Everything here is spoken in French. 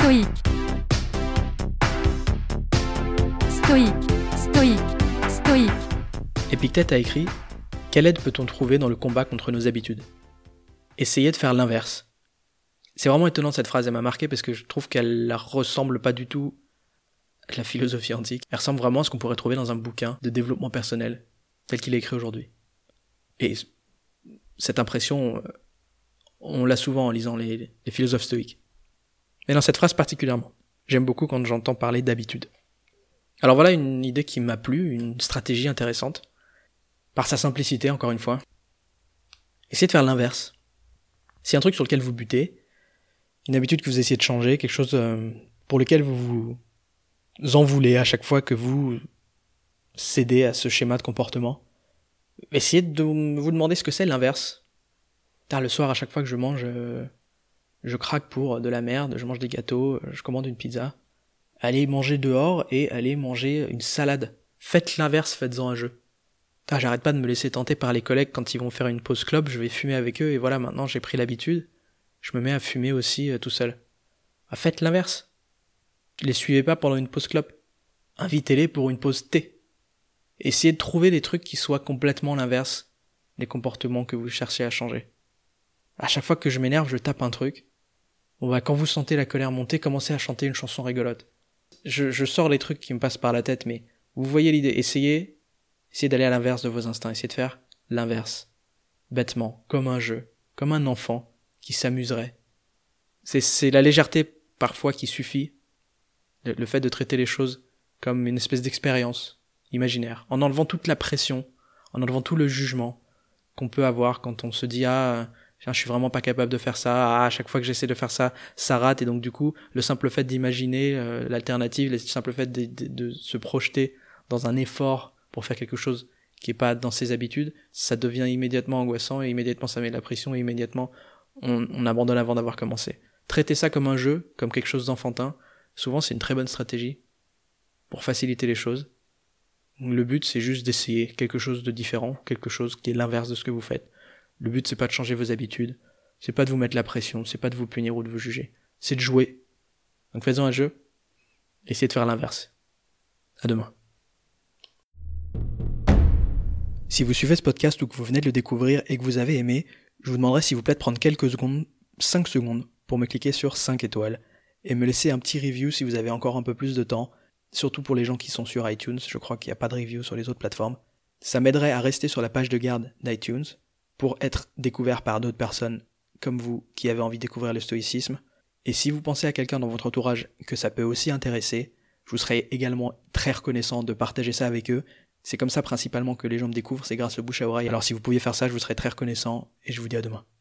Stoïque. Stoïque. Stoïque. Stoïque. Épictète a écrit « Quelle aide peut-on trouver dans le combat contre nos habitudes ? Essayez de faire l'inverse. » C'est vraiment étonnant cette phrase, elle m'a marqué parce que je trouve qu'elle ne ressemble pas du tout à la philosophie antique. Elle ressemble vraiment à ce qu'on pourrait trouver dans un bouquin de développement personnel, tel qu'il est écrit aujourd'hui. Et cette impression, on l'a souvent en lisant les philosophes stoïques. Mais dans cette phrase particulièrement, j'aime beaucoup quand j'entends parler d'habitude. Alors voilà une idée qui m'a plu, une stratégie intéressante, par sa simplicité encore une fois. Essayez de faire l'inverse. Si un truc sur lequel vous butez, une habitude que vous essayez de changer, quelque chose pour lequel vous vous en voulez à chaque fois que vous cédez à ce schéma de comportement, essayez de vous demander ce que c'est l'inverse. Le soir, à chaque fois que je mange, je craque pour de la merde, je mange des gâteaux, je commande une pizza. Allez manger dehors et allez manger une salade. Faites l'inverse, faites-en un jeu. J'arrête pas de me laisser tenter par les collègues quand ils vont faire une pause clope, je vais fumer avec eux et voilà, maintenant j'ai pris l'habitude. Je me mets à fumer aussi tout seul. Faites l'inverse. Les suivez pas pendant une pause clope. Invitez-les pour une pause thé. Essayez de trouver des trucs qui soient complètement l'inverse des comportements que vous cherchez à changer. À chaque fois que je m'énerve, je tape un truc. Quand vous sentez la colère monter, commencez à chanter une chanson rigolote. Je sors les trucs qui me passent par la tête, mais vous voyez l'idée. Essayez d'aller à l'inverse de vos instincts. Essayez de faire l'inverse. Bêtement, comme un jeu, comme un enfant qui s'amuserait. C'est la légèreté parfois qui suffit. Le fait de traiter les choses comme une espèce d'expérience imaginaire, en enlevant toute la pression, en enlevant tout le jugement qu'on peut avoir quand on se dit je suis vraiment pas capable de faire ça, à chaque fois que j'essaie de faire ça, ça rate, et donc du coup, le simple fait d'imaginer l'alternative, le simple fait de se projeter dans un effort pour faire quelque chose qui est pas dans ses habitudes, ça devient immédiatement angoissant, et immédiatement ça met de la pression, et immédiatement on abandonne avant d'avoir commencé. Traitez ça comme un jeu, comme quelque chose d'enfantin, souvent c'est une très bonne stratégie pour faciliter les choses. Le but c'est juste d'essayer quelque chose de différent, quelque chose qui est l'inverse de ce que vous faites. Le but c'est pas de changer vos habitudes, c'est pas de vous mettre la pression, c'est pas de vous punir ou de vous juger, c'est de jouer. Donc faites-en un jeu, essayez de faire l'inverse. À demain. Si vous suivez ce podcast ou que vous venez de le découvrir et que vous avez aimé, je vous demanderai s'il vous plaît de prendre quelques secondes, 5 secondes, pour me cliquer sur 5 étoiles et me laisser un petit review si vous avez encore un peu plus de temps, surtout pour les gens qui sont sur iTunes, je crois qu'il n'y a pas de review sur les autres plateformes. Ça m'aiderait à rester sur la page de garde d'iTunes pour être découvert par d'autres personnes comme vous qui avez envie de découvrir le stoïcisme. Et si vous pensez à quelqu'un dans votre entourage que ça peut aussi intéresser, je vous serais également très reconnaissant de partager ça avec eux. C'est comme ça principalement que les gens me découvrent, c'est grâce au bouche à oreille. Alors si vous pouviez faire ça, je vous serais très reconnaissant et je vous dis à demain.